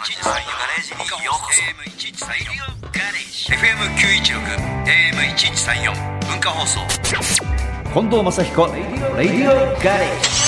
FM916 AM1134 文化放送近藤正彦レディオガレージ。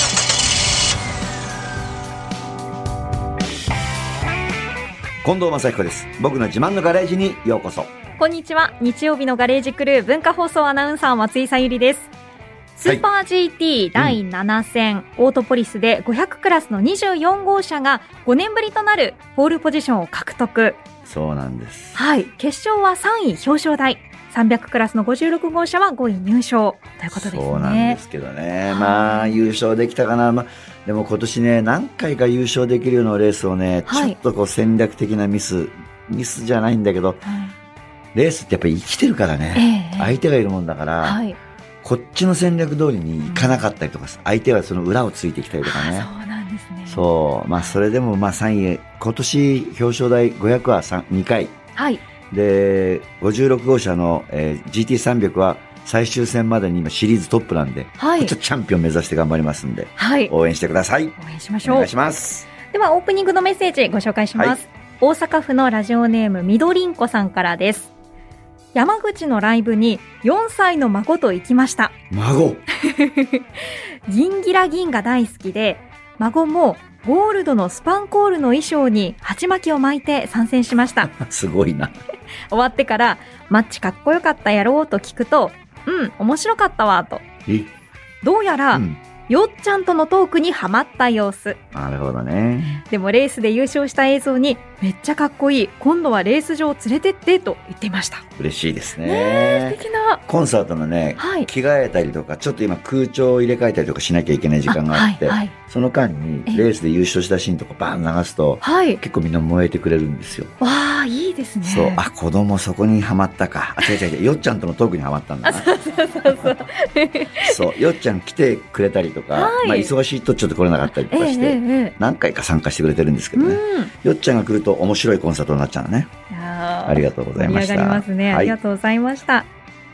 近藤正彦です。僕の自慢のガレージにようこそ。 こんにちは。日曜日のガレージクルー文化放送アナウンサー松井さゆりです。スーパー GT 第7戦、オートポリスで500クラスの24号車が5年ぶりとなるポールポジションを獲得。 そうなんです。 はい。決勝は3位表彰台。300クラスの56号車は5位入賞ということですね。 そうなんですけどね。まあ優勝できたかな。でも今年ね、何回か優勝できるようなレースをね、ちょっとこう戦略的なミスじゃないんだけど、レースってやっぱり生きてるからね、相手がいるもんだから、こっちの戦略通りにいかなかったりとか、相手はその裏をついてきたりとかね。 そうなんですね。 そう。それでも3位、今年表彰台500は2回。 はい。 で、56号車の、GT300 は最終戦までに今シリーズトップなんで、こっちはチャンピオン目指して頑張りますんで、応援してください。 応援しましょう。 お願いします。 ではオープニングのメッセージご紹介します。大阪府のラジオネームみどりんこさんからです。山口のライブに4歳の孫と行きました。 孫ギンギラギンが大好きで、孫もゴールドのスパンコールの衣装に鉢巻きを巻いて参戦しました。 すごいな。 終わってからマッチかっこよかったやろうと聞くと、面白かったわと。どうやら、よっちゃんとのトークにハマった様子。 なるほどね。 でもレースで優勝した映像にめっちゃかっこいい、今度はレース場連れてってと言っていました。 嬉しいですね。 素敵なコンサートのね、着替えたりとかちょっと今空調を入れ替えたりとかしなきゃいけない時間があって、その間にレースで優勝したシーンとかバーン流すと、結構みんな燃えてくれるんですよ。 わー、いいですね。 そう、子供そこにハマったか。違う、よっちゃんとのトークにハマったんだな。そう、よっちゃん来てくれたりとか、忙しいとちょっと来れなかったりとかして、何回か参加してくれてるんですけどね。よっちゃんが来ると面白いコンサートになっちゃうのね。ありがとうございました。 盛り上がりますね。ありがとうございました。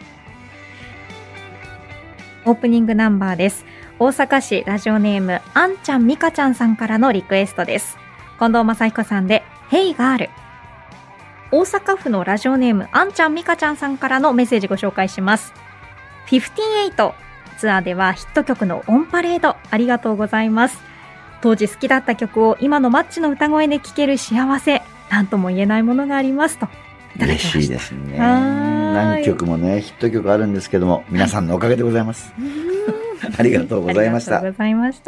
オープニングナンバーです。大阪市ラジオネームあんちゃんみかちゃんさんからのリクエストです。近藤正彦さんでヘイガール。大阪府のラジオネームあんちゃんみかちゃんさんからのメッセージご紹介します。58ツアーではヒット曲のオンパレード、ありがとうございます。当時好きだった曲を今のマッチの歌声で聴ける幸せ、なんとも言えないものがありますと。 嬉しいですね。何曲もね、ヒット曲あるんですけども、皆さんのおかげでございます。ありがとうございました。 ありがとうございました。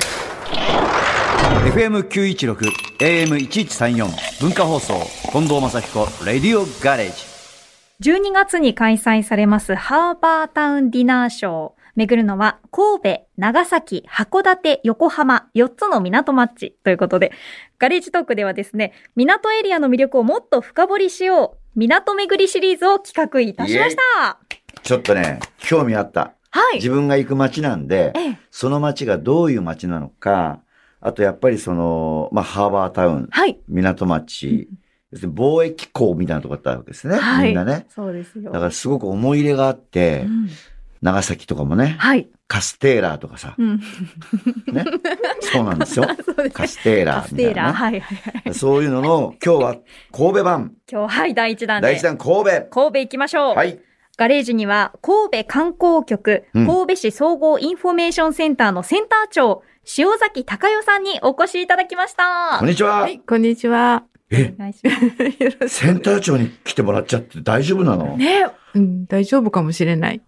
FM916 AM1134 文化放送近藤正彦レディオガレージ。 12月に開催されますハーバータウンディナーショー。巡るのは神戸、長崎、函館、横浜4つの港町ということで、ガレージトークではですね、港エリアの魅力をもっと深掘りしよう、港巡りシリーズを企画いたしました。 ちょっとね、興味あった。自分が行く町なんで、その町がどういう町なのか、あとやっぱりその、ハーバータウン、港町、貿易港みたいなところだったわけですね。みんなね。 そうですよ。 だからすごく思い入れがあって、長崎とかもね、カステーラーとかさ、ね、そうなんですよ。カステーラーみたいな、ね。そういうのの、今日は神戸版。 今日、第1弾で。 第1弾神戸。 神戸行きましょう。ガレージには、神戸観光局、神戸市総合インフォメーションセンターのセンター長、塩崎隆代さんにお越しいただきました。 こんにちは。 こんにちは。 お願いします。 センター長に来てもらっちゃって大丈夫なの？ ね。 大丈夫かもしれない。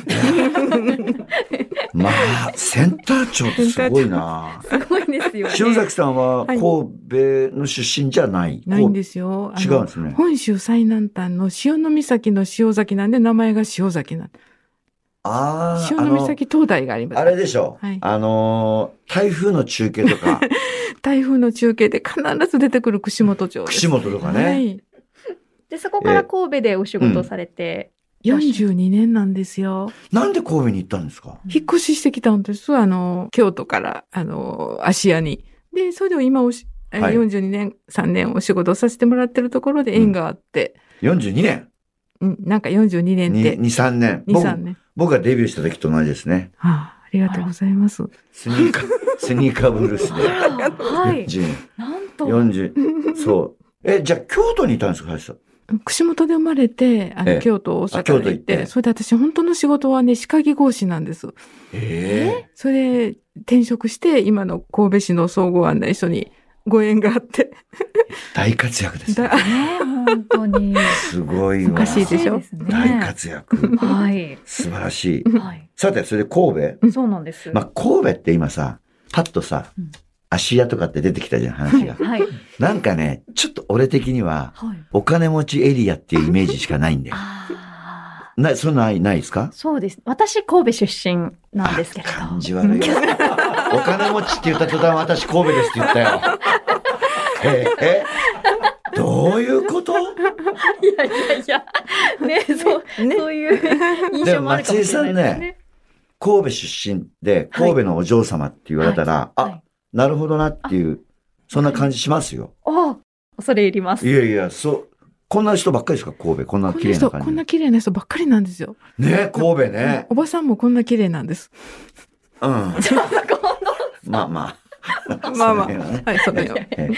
センター長ってすごいな。 すごいですよね。 塩崎さんは神戸の出身じゃない？ ないんですよ。 違うんですね。 本州最南端の潮岬の塩崎なんで名前が塩崎なん。潮岬灯台があります。 あれでしょ。台風の中継とか。 台風の中継で必ず出てくる串本町です。 串本とかね。 で、そこから神戸でお仕事されて。 42年なんですよ。 なんで神戸に行ったんですか？ 引っ越ししてきたんです。京都から、芦屋に。で、それで今42年、3年お仕事させてもらってるところで縁があって。 42年？ なんか42年って。 2、3年。 2、3年。 僕がデビューした時と同じですね。 ありがとうございます。 スニーカーブルースで。 はい。なん 40、そう。じゃあ京都にいたんですか、林さん。 串本で生まれて、京都、大阪京都で行って、それで私本当の仕事はね、歯科技講師なんです。それで転職して、今の神戸市の総合案内所にご縁があって。 大活躍ですね。 本当に。 すごいわ。 おかしいでしょ。 大活躍。 はい。 素晴らしい。さて、それで神戸？ そうなんです。 まあ、神戸って今さ、パッとさ、芦屋とかって出てきたじゃん、話が。 はい。 なんかね、ちょっと俺的には、お金持ちエリアっていうイメージしかないんだよ。そんなないですか？ そうです。私、神戸出身なんですけれど。 感じ悪いよ。お金持ちって言った途端、私神戸ですって言ったよ。どういうこと？ いや。ね、そういう印象もあるかもしれないですね。でも松井さんね、 神戸出身で、神戸のお嬢様って言われたら、なるほどなっていう、そんな感じしますよ。 恐れ入ります。 いや、こんな人ばっかりですか、神戸。こんな綺麗な感じ。 こんな綺麗な人ばっかりなんですよ。 ね、神戸ね。 おばさんもこんな綺麗なんです。 うん。まあ。 はい、そのよ。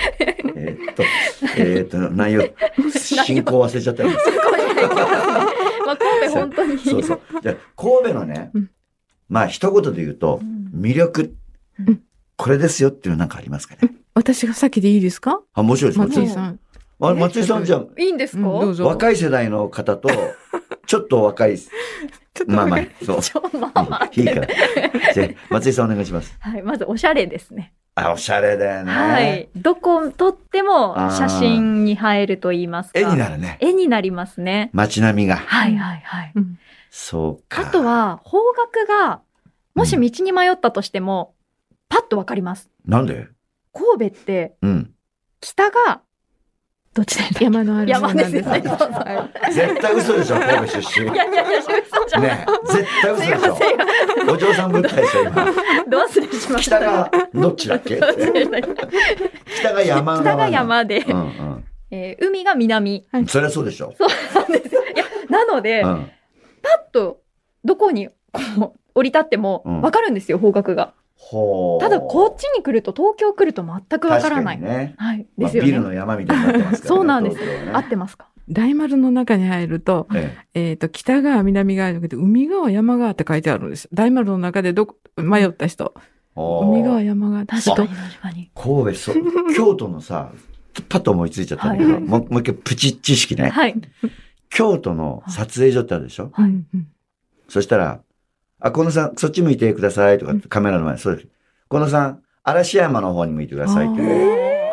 内容、進行忘れちゃったんです。 まあ、神戸本当に。 そう。じゃ神戸のね、まあ、一言で言うと、魅力、これですよっていうのなんかありますかね？ 私が先でいいですか？ もちろんです。 松井さん。 松井さんじゃあ、 いいんですか？ どうぞ。 若い世代の方と、ちょっと若い、まあ、そう。いいから。じゃ松井さんお願いします。 はい、まずおしゃれですね。 おしゃれだよね。 はい。どこ撮っても写真に映えると言いますか。 絵になるね。 絵になりますね。 街並みが。 はい。 そうか。 あとは、方角が、もし道に迷ったとしても、パッとわかります。 なんで？ 神戸って、北が、どっちだよね。 山のある山ですね。 絶対嘘でしょ、神戸出身。 いや、嘘じゃない。 ね、絶対嘘でしょ。お嬢さんぶったでしょ、今。 ど忘れしました。 北が、どっちだっけ？北が山。 北が山で、海が南。 そりゃそうでしょ。 そうなんです。いや、なので、パッと、どこに、降り立っても、わかるんですよ、方角が。ただ、こっちに来ると、東京来ると全くわからない。 ね。 はい。ですよね。 ビルの山みたいになってますからね。 そうなんです。合ってますか？ 大丸の中に入ると、北側、南側じゃなくて、海側、山側って書いてあるんです。大丸の中で迷った人。海側、山側。 確かに。 神戸、京都のさ、パッと思いついちゃったんだけど、もう一回プチ知識ね。 はい。 京都の撮影所ってあるでしょ？ はい。 そしたら、近野さん、そっち向いてくださいとか、カメラの前、そうです。近野さん、嵐山の方に向いてくださいって。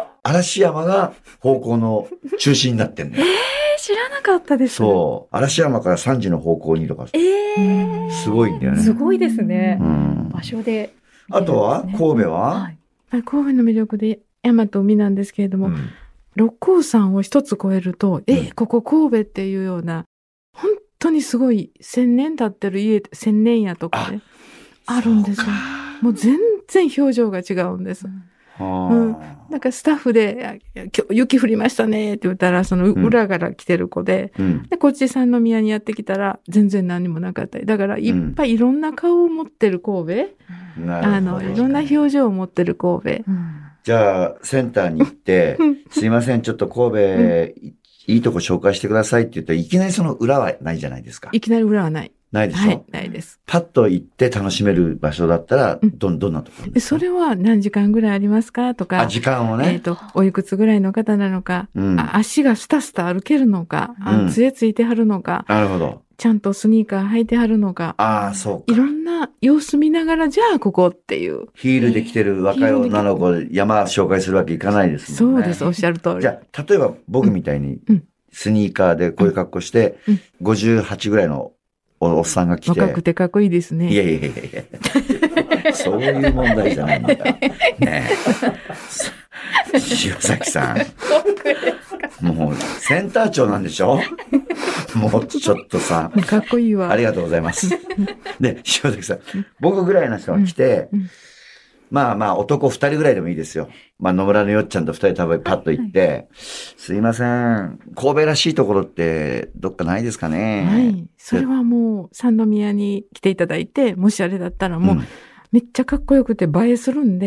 嵐山が方向の中心になってんだよ。 知らなかったです。 そう。嵐山から3時の方向にとか。すごいんだよね。 すごいですね。場所で。 あとは神戸は？ 神戸の魅力で山と海なんですけれども、六甲山を一つ越えると、ここ神戸っていうような、本当にすごい1000年経ってる家、1000年屋とかね、あるんですよ。もう全然表情が違うんです。なんかスタッフで、今日雪降りましたねって言ったら、その裏から来てる子で、で、こっち三宮にやってきたら、全然何もなかったり。だから、いっぱいいろんな顔を持ってる神戸、いろんな表情を持ってる神戸。 じゃあ、センターに行って、すいません、ちょっと神戸、いいとこ紹介してくださいって言ったらいきなりその裏はないじゃないですか。 いきなり裏はない。 ないでしょ？はい、 ないです。 パッと行って楽しめる場所だったら、どんなところですか？ それは何時間ぐらいありますかとか。 時間をね。 おいくつぐらいの方なのか、足がスタスタ歩けるのか、杖ついてはるのか。 なるほど。 ちゃんとスニーカー履いてはるのか。 そうか。 いろんな様子見ながら、じゃあここっていう。 ヒールで来てる若い女の子で山紹介するわけいかないですもんね。 そうです、おっしゃる通り。 じゃあ、例えば僕みたいに、スニーカーでこういう格好して、58ぐらいのおっさんが来て。 若くてかっこいいですね。 いや。そういう問題じゃないんだから。ねえ。塩崎さん。もう、センター長なんでしょ？もうちょっとさ。 かっこいいわ。 ありがとうございます。で、塩崎さん。僕ぐらいの人が来て、まあ、男2人ぐらいでもいいですよ。野村のよっちゃんと2人多分パッと行って、すいません。神戸らしいところってどっかないですかね？ はい。それはもう三宮に来ていただいて、もしあれだったらもうめっちゃかっこよくて映えするんで、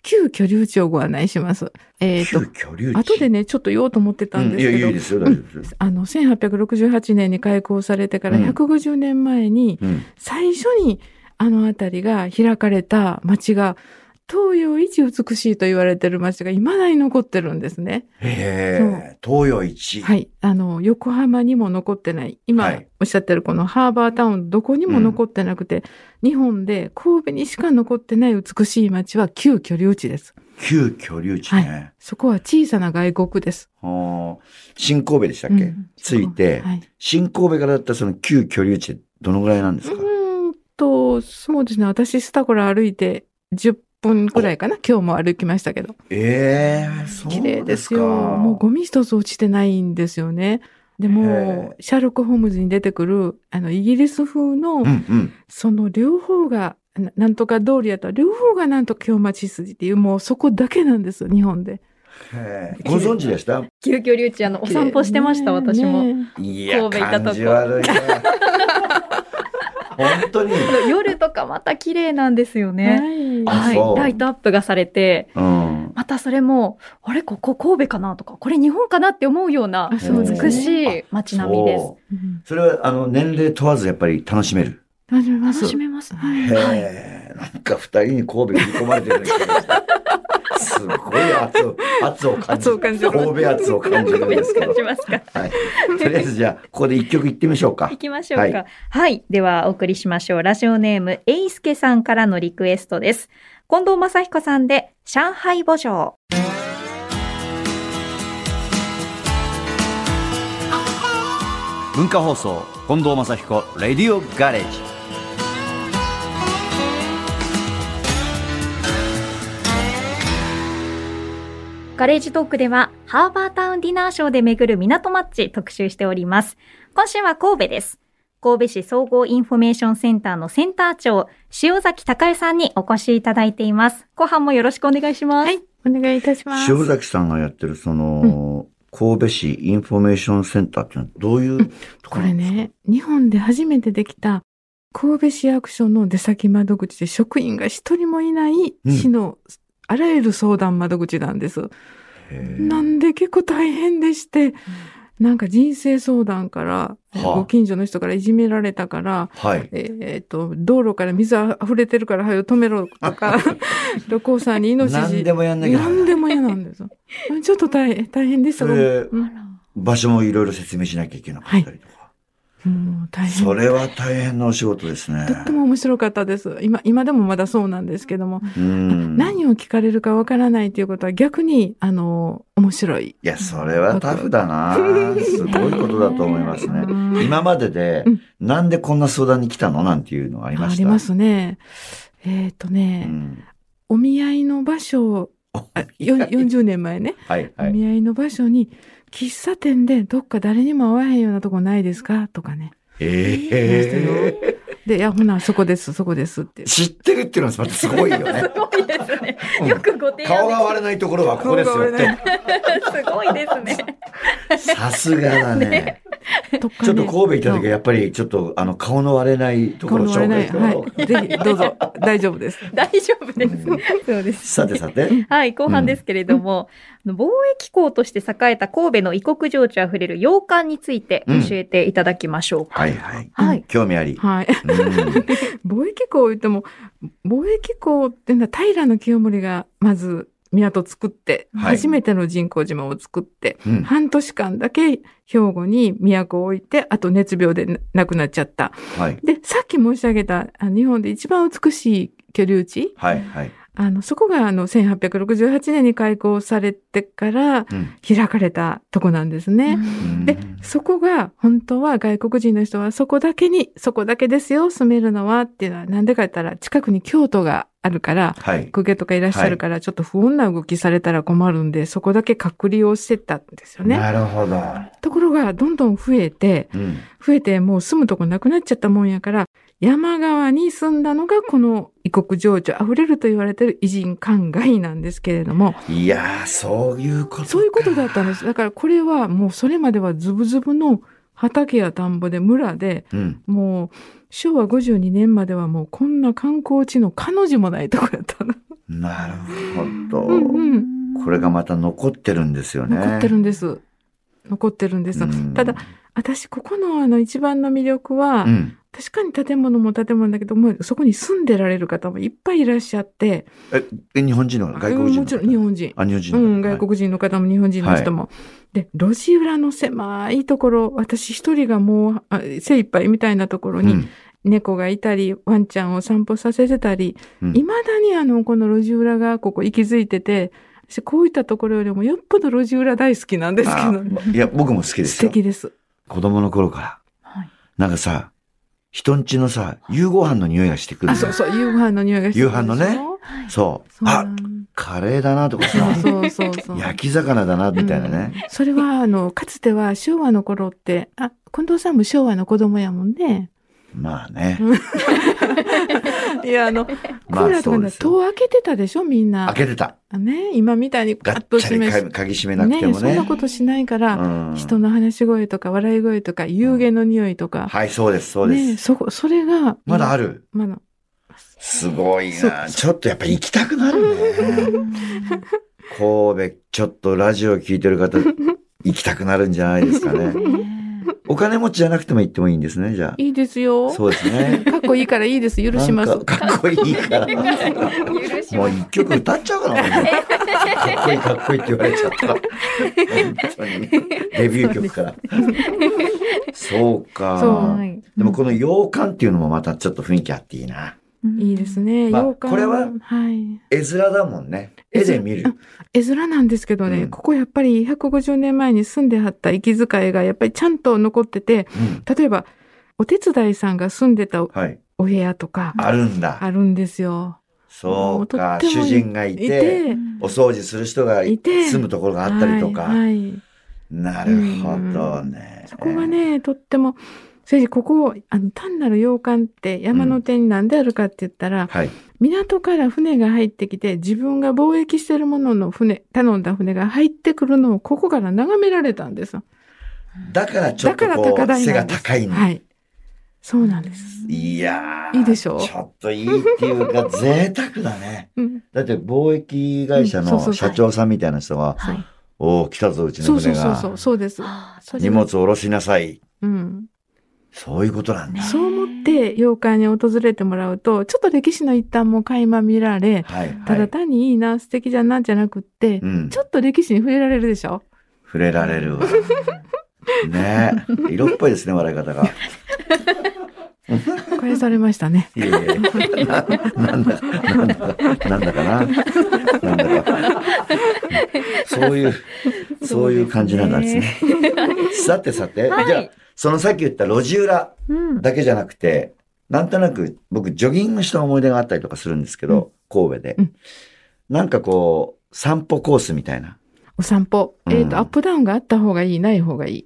旧居留地をご案内します。 旧居留地。 後でね、ちょっと言おうと思ってたんですけど。 いいですよ、大丈夫です。 1868年に開港されてから150年前に、最初にあの辺りが開かれた町が、東洋一美しいと言われている町が未だに残ってるんですね。 へー、東洋一。 はい。横浜にも残ってない。今、おっしゃってるこのハーバータウン、どこにも残ってなくて、日本で神戸にしか残ってない美しい町は旧居留地です。 旧居留地ね。はい。 そこは小さな外国です。 新神戸でしたっけ、ついて、新神戸からだったらその旧居留地ってどのぐらいなんですか？ そうですね。私、スタコラ歩いて10分くらいかな。今日も歩きましたけど。 そうですか。 綺麗ですよ。もうゴミ一つ落ちてないんですよね。でも、シャーロック・ホームズに出てくる、イギリス風の、その両方が、なんとか通りやと、両方がなんとか京町筋っていう、もうそこだけなんですよ、日本で。 ご存知でした？ 旧居留地、お散歩してました、私も。 いや、感じ悪いね。本当に夜とかまた綺麗なんですよね。はい。ライトアップがされて、またそれも、あれここ神戸かなとか、これ日本かなって思うような美しい街並みです。 それは年齢問わずやっぱり楽しめる。 楽しめます。 へえ、なんか二人に神戸に込まれてるんですけど。すごい圧を感じる。神戸圧を感じるんですけど。 感じますか。 はい。とりあえずじゃあ、ここで一曲いってみましょうか。 行きましょうか。はい。では、お送りしましょう。ラジオネーム、えいすけさんからのリクエストです。近藤正彦さんで、上海墓場。 文化放送、近藤正彦、レディオガレージ。 ガレージトークではハーバータウンディナーショーで巡る港町特集しております。今週は神戸です。神戸市総合インフォメーションセンターのセンター長、塩崎隆代さんにお越しいただいています。後半もよろしくお願いします。 はい、お願いいたします。 塩崎さんがやってる神戸市インフォメーションセンターってのはどういうところなんですか？ これね、日本で初めてできた神戸市役所の出先窓口で職員が一人もいない市のあらゆる相談窓口なんです。なんで結構大変でして、なんか人生相談から、ご近所の人からいじめられたから、道路から水溢れてるから早く止めろとか、路行さんに命何でもやんなきゃ。 何でも嫌なんです。ちょっと大変でした。 場所もいろいろ説明しなきゃいけなかったりとか。 もう大変。 それは大変なお仕事ですね。 とっても面白かったです。今でもまだそうなんですけども、何を聞かれるかわからないということは逆に、面白い。 いや、それはタフだな。すごいことだと思いますね。今までで、なんでこんな相談に来たのなんていうのありました？ ありますね。お見合いの場所、40年前ね。お見合いの場所に、喫茶店でどっか誰にも会わへんようなとこないですかとかね。で、いや、ほな、そこですって。 知ってるっていうのはまたすごいよね。 すごいですね。よくご提案。 顔が割れないところはここですよって。 すごいですね。 さすがだね。ちょっと神戸行った時はやっぱりちょっと顔の割れないところを紹介してもらおう。 ぜひどうぞ。大丈夫です。 大丈夫です。そうです。 さて。 はい、後半ですけれども、貿易港として栄えた神戸の異国情緒あふれる洋館について教えていただきましょうか。 はい。興味あり。 はい。貿易港言っても、貿易港ってのは平清盛がまず港作って、初めての人工島を作って、半年間だけ兵庫に都を置いて、あと熱病で亡くなっちゃった。で、さっき申し上げた日本で一番美しい居留地。そこが1868年に開港されてから開かれたとこなんですね。で、そこが本当は外国人の人はそこだけですよ、住めるのはっていうのはなんでか言ったら近くに京都があるから、公家とかいらっしゃるからちょっと不穏な動きされたら困るんで、そこだけ隔離をしてたんですよね。 なるほど。 ところがどんどん増えてもう住むとこなくなっちゃったもんやから、山側に住んだのがこの異国情緒あふれると言われている異人灌漑なんですけれども。 いやー、そういうことか。 そういうことだったんです。だからこれはもうそれまではズブズブの畑や田んぼで村で、もう昭和52年まではもうこんな観光地の彼女もないとこやったの。 なるほど。 うんうん。 これがまた残ってるんですよね。 残ってるんです。残ってるんです。ただ、私、ここの一番の魅力は、確かに建物も建物だけど、もうそこに住んでられる方もいっぱいいらっしゃって。 日本人の方、外国人の方？ もちろん日本人。 日本人の方。外国人の方も日本人の人も。で、路地裏の狭いところ、私一人がもう精一杯みたいなところに、猫がいたり、ワンちゃんを散歩させてたり、未だにこの路地裏がここ息づいてて、こういったところよりもよっぽど路地裏大好きなんですけど、ね。 いや、僕も好きですよ。 素敵です。 子供の頃から。なんかさ、人ん家のさ、夕ご飯の匂いがしてくる。 そうそう、夕ご飯の匂いがしてくる。 夕飯のね。そう。カレーだなとかさ。そう。焼き魚だな、みたいなね。 それは、かつては昭和の頃って、近藤さんも昭和の子供やもんね。 まあね。 いや、クーラーとかね、戸を開けてたでしょ、みんな。 開けてた。 ね、今みたいにガッと閉め鍵閉めなくてもね。 そんなことしないから、人の話し声とか笑い声とか、夕げの匂いとか。 はい、そうです、そうです。 それが。 まだある？ まだ。 すごいな。ちょっとやっぱ行きたくなるね。神戸、ちょっとラジオ聞いてる方、行きたくなるんじゃないですかね。お金持ちじゃなくても行ってもいいんですね、じゃあ。 いいですよ。 そうですね。 かっこいいからいいです。許します。 かっこいいから。もう一曲歌っちゃうかな、かっこいいって言われちゃったら。本当に。デビュー曲から。そうか。でもこの洋館っていうのもまたちょっと雰囲気あっていいな。 いいですね。洋館。 これは、絵面だもんね。絵で見る。 絵面なんですけどね、ここやっぱり150年前に住んではった息遣いがやっぱりちゃんと残ってて、例えば、お手伝いさんが住んでたお部屋とか。 あるんだ。 あるんですよ。 そうか。主人がいて、お掃除する人が住むところがあったりとか。なるほどね。 そこがね、とっても、それでここ、単なる洋館って山の手に何であるかって言ったら、港から船が入ってきて、自分が貿易してるものの頼んだ船が入ってくるのをここから眺められたんです。 だからちょっとこう背が高いんだ。 はい。そうなんです。 いやー。いいでしょう。 ちょっといいっていうか贅沢だね。だって貿易会社の社長さんみたいな人が、おー、来たぞ、うちの船が。 そうです。 荷物下ろしなさい。そういうことなんだ。 そう思って洋館に訪れてもらうと、ちょっと歴史の一端も垣間見られ、ただ単にいいな、素敵だな、じゃなくって、ちょっと歴史に触れられるでしょ？ 触れられるわ。ねえ。色っぽいですね、笑い方が。 返されましたね。 いやいやなんだかな。そういう感じなんですね。さて、じゃあ、そのさっき言った路地裏だけじゃなくて、なんとなく僕ジョギングした思い出があったりとかするんですけど、神戸で。なんかこう、散歩コースみたいな。 お散歩。アップダウンがあった方がいい、ない方がいい。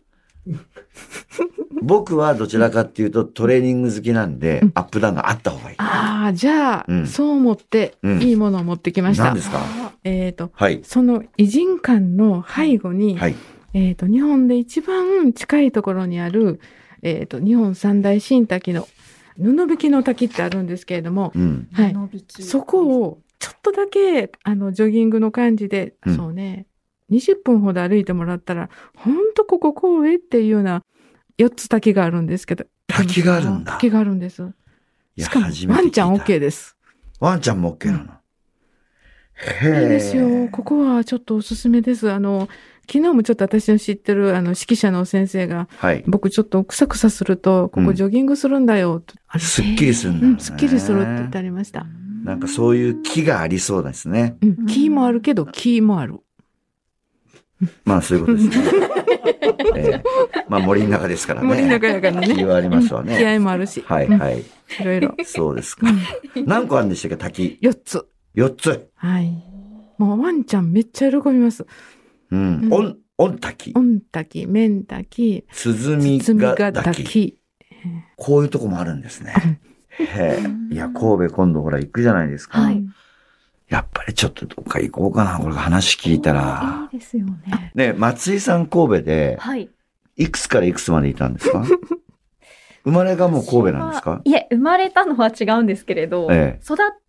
僕はどちらかっていうとトレーニング好きなんで、アップダウンがあった方がいい。 ああ、じゃあ、そう思っていいものを持ってきました。 何ですか？ その偉人館の背後に、日本で一番近いところにある、日本三大神滝の布引の滝ってあるんですけれども、そこをちょっとだけ、ジョギングの感じで、そうね、20分ほど歩いてもらったら、ほんとここ神戸っていうような4つ滝があるんですけど。 滝があるんだ。 滝があるんです。しかも、ワンちゃん OK です。 ワンちゃんも OK なの。 いいですよ。ここはちょっとおすすめです。昨日もちょっと私の知ってる指揮者の先生が、僕ちょっとクサクサすると、ここジョギングするんだよ。 すっきりするんだね。 すっきりするって言ってありました。 なんかそういう木がありそうですね。 木もあるけど、木もある。 まあそういうことですね。まあ森の中ですからね。 森の中やからね。 気はありますわね。 気合もあるし。 はい。 いろいろ。 そうですか。何個あるんでしたっけ、滝。 4つ。 4つ。 はい。もうワンちゃんめっちゃ喜びます。 御滝。 御滝、面滝。 鼓ヶ滝。こういうとこもあるんですね。いや、神戸今度ほら行くじゃないですか。やっぱりちょっとどっか行こうかな。これ話聞いたら。 いいですよね。 ね、松井さん神戸で、いくつからいくつまでいたんですか？生まれがもう神戸なんですか？ いえ、生まれたのは違うんですけれど、育っ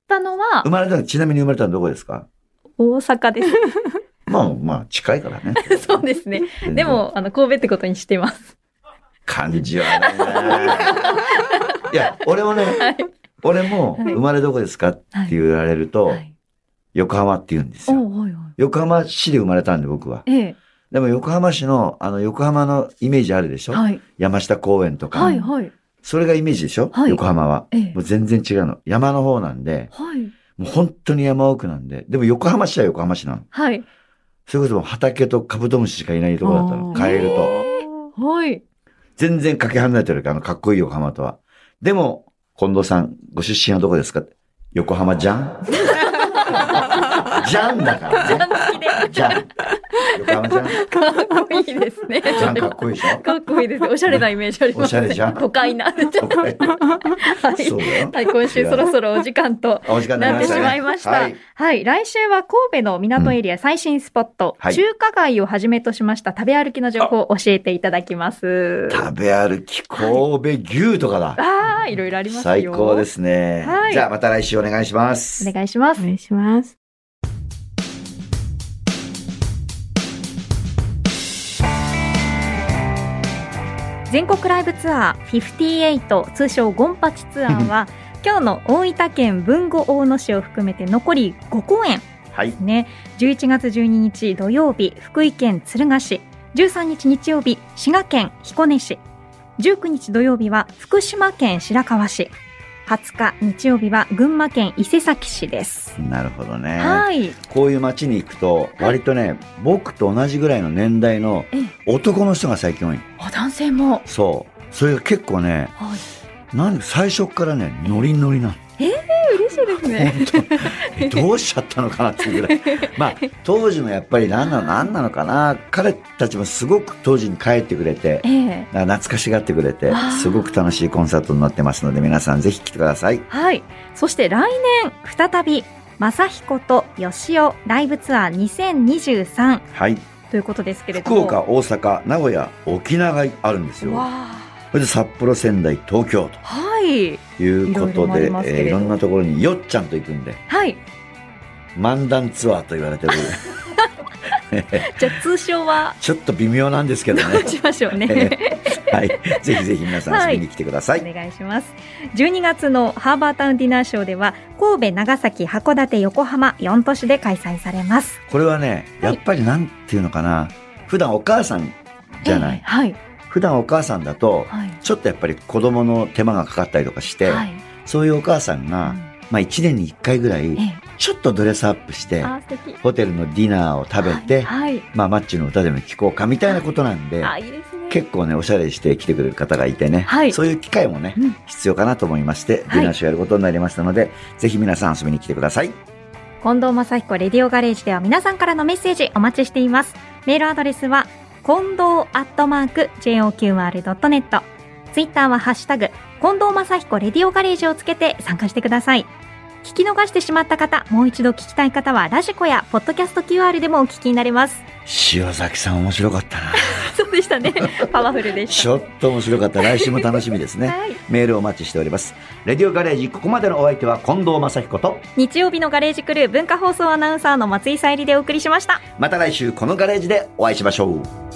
たのは、 ちなみに生まれたのどこですか？ 大阪です。 まあ、近いからね。 そうですね。でも、神戸ってことにしてます。 感じはね。いや、俺もね、俺も生まれどこですかって言われると、横浜って言うんですよ。横浜市で生まれたんで、僕は。でも横浜市の、横浜のイメージあるでしょ？山下公園とか。それがイメージでしょ？横浜は。もう全然違うの。山の方なんで、もう本当に山奥なんで、でも横浜市は横浜市なの。それこそ畑とカブトムシしかいないところだったの。カエルと。全然かけ離れてるから、かっこいい横浜とは。でも、近藤さん、ご出身はどこですか？横浜じゃんじゃんだからね。 じゃん好きで。 じゃん。横浜じゃん。 かっこいいですね。 じゃんかっこいいでしょ？ かっこいいです。おしゃれなイメージありますね。 おしゃれじゃん。 都会な。 そうだよ。 はい、今週そろそろお時間となってしまいました。はい。来週は神戸の港エリア最新スポット、中華街をはじめとしました食べ歩きの情報を教えていただきます。 食べ歩き、神戸牛とかだ。 いろいろありますよ。 最高ですね。じゃあまた来週お願いします。 お願いします。 お願いします。 全国ライブツアー58通称ゴンパチツアーは今日の大分県豊後大野市を含めて残り5公演ですね。11月12日土曜日福井県敦賀市、13日日曜日滋賀県彦根市、19日土曜日は福島県白河市、20日日曜日は群馬県伊勢崎市です。 なるほどね。こういう街に行くと割とね、僕と同じぐらいの年代の男の人が最近多い。 男性も。 そう。それが結構ね、なんで最初からね、ノリノリなの。 嬉しいですね。 本当どうしちゃったのかなっていうぐらい。まあ、当時のやっぱり何なのかな。彼たちもすごく当時に帰ってくれて、懐かしがってくれて、すごく楽しいコンサートになってますので、皆さんぜひ来てください。 そして来年、再び、正彦と吉尾ライブツアー2023。ということですけれども。 福岡、大阪、名古屋、沖縄があるんですよ。それで札幌、仙台、東京ということで、いろんなところによっちゃんと行くんで、漫談ツアーと言われてる。 じゃあ通称はちょっと微妙なんですけどね。 しましょうね。 ぜひぜひ皆さん遊びに来てください。 お願いします。12月のハーバータウンディナーショーでは神戸、長崎、函館、横浜4都市で開催されます。 これはね、やっぱりなんていうのかな、普段お母さんじゃない。普段お母さんだと、ちょっとやっぱり子供の手間がかかったりとかして、そういうお母さんが、1年に1回ぐらい、ちょっとドレスアップして、ホテルのディナーを食べて、マッチの歌でも聴こうかみたいなことなんで、結構ね、おしゃれして来てくれる方がいてね、そういう機会もね、必要かなと思いまして、ディナーショーやることになりましたので、ぜひ皆さん遊びに来てください。 近藤正彦レディオガレージでは皆さんからのメッセージお待ちしています。メールアドレスは、近藤@joqr.net。ツイッターはハッシュタグ、近藤正彦レディオガレージをつけて参加してください。聞き逃してしまった方、もう一度聞きたい方はラジコやポッドキャスト QR でもお聞きになれます。 塩崎さん面白かったな。 そうでしたね。パワフルでした。 ちょっと面白かった。来週も楽しみですね。メールお待ちしております。レディオガレージ、ここまでのお相手は近藤正彦と、 日曜日のガレージクルー文化放送アナウンサーの松井さゆりでお送りしました。 また来週このガレージでお会いしましょう。